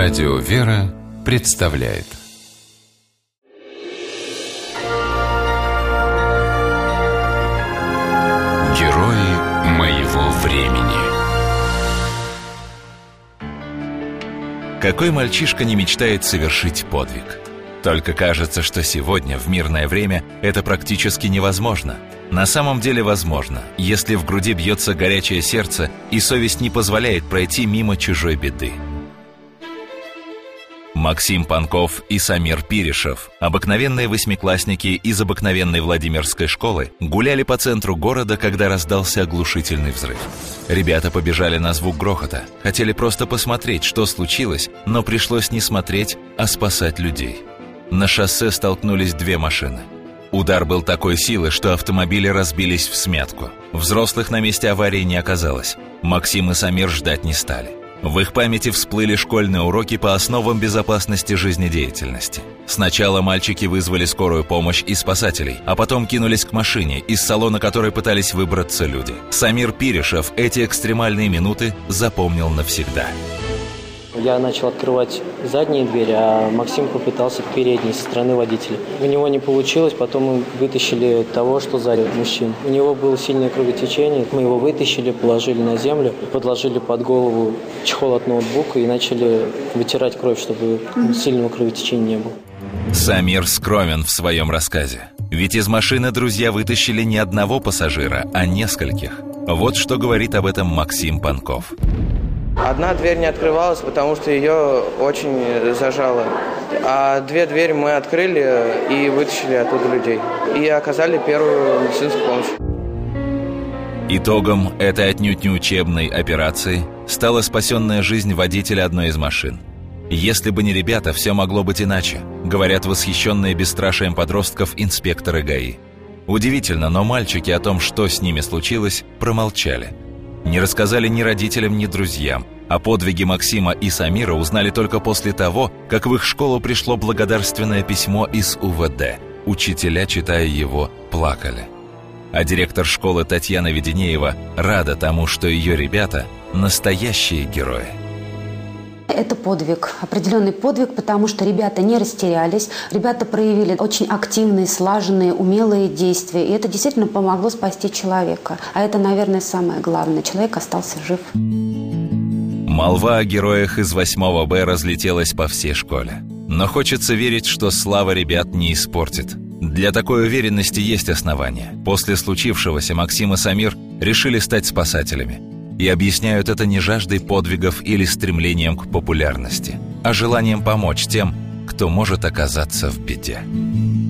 Радио «Вера» представляет Герои моего времени. Какой мальчишка не мечтает совершить подвиг? Только кажется, что сегодня, в мирное время, это практически невозможно. На самом деле возможно, если в груди бьется горячее сердце и совесть не позволяет пройти мимо чужой беды. Максим Панков и Самир Пиришев, обыкновенные восьмиклассники из обыкновенной Владимирской школы, гуляли по центру города, когда раздался оглушительный взрыв. Ребята побежали на звук грохота, хотели просто посмотреть, что случилось, но пришлось не смотреть, а спасать людей. На шоссе столкнулись две машины. Удар был такой силы, что автомобили разбились всмятку. Взрослых на месте аварии не оказалось. Максим и Самир ждать не стали. В их памяти всплыли школьные уроки по основам безопасности жизнедеятельности. Сначала мальчики вызвали скорую помощь и спасателей, а потом кинулись к машине, из салона которой пытались выбраться люди. Самир Пиришев эти экстремальные минуты запомнил навсегда. Я начал открывать задние двери, а Максим попытался передней, со стороны водителя. У него не получилось, потом мы вытащили того, что сзади мужчин. У него было сильное кровотечение, мы его вытащили, положили на землю, подложили под голову чехол от ноутбука и начали вытирать кровь, чтобы сильного кровотечения не было. Самир скромен в своем рассказе. Ведь из машины друзья вытащили не одного пассажира, а нескольких. Вот что говорит об этом Максим Панков. Одна дверь не открывалась, потому что ее очень зажало. А две двери мы открыли и вытащили оттуда людей. И оказали первую медицинскую помощь. Итогом этой отнюдь не учебной операции стала спасенная жизнь водителя одной из машин. Если бы не ребята, все могло быть иначе, говорят восхищенные бесстрашием подростков инспекторы ГАИ. Удивительно, но мальчики о том, что с ними случилось, промолчали. Не рассказали ни родителям, ни друзьям. О подвиге Максима и Самира узнали только после того, как в их школу пришло благодарственное письмо из УВД. Учителя, читая его, плакали. А директор школы Татьяна Веденеева рада тому, что ее ребята – настоящие герои. Это подвиг, определенный подвиг, потому что ребята не растерялись, ребята проявили очень активные, слаженные, умелые действия, и это действительно помогло спасти человека. А это, наверное, самое главное. Человек остался жив. Молва о героях из 8 Б разлетелась по всей школе. Но хочется верить, что слава ребят не испортит. Для такой уверенности есть основания. После случившегося Максим и Самир решили стать спасателями. И объясняют это не жаждой подвигов или стремлением к популярности, а желанием помочь тем, кто может оказаться в беде.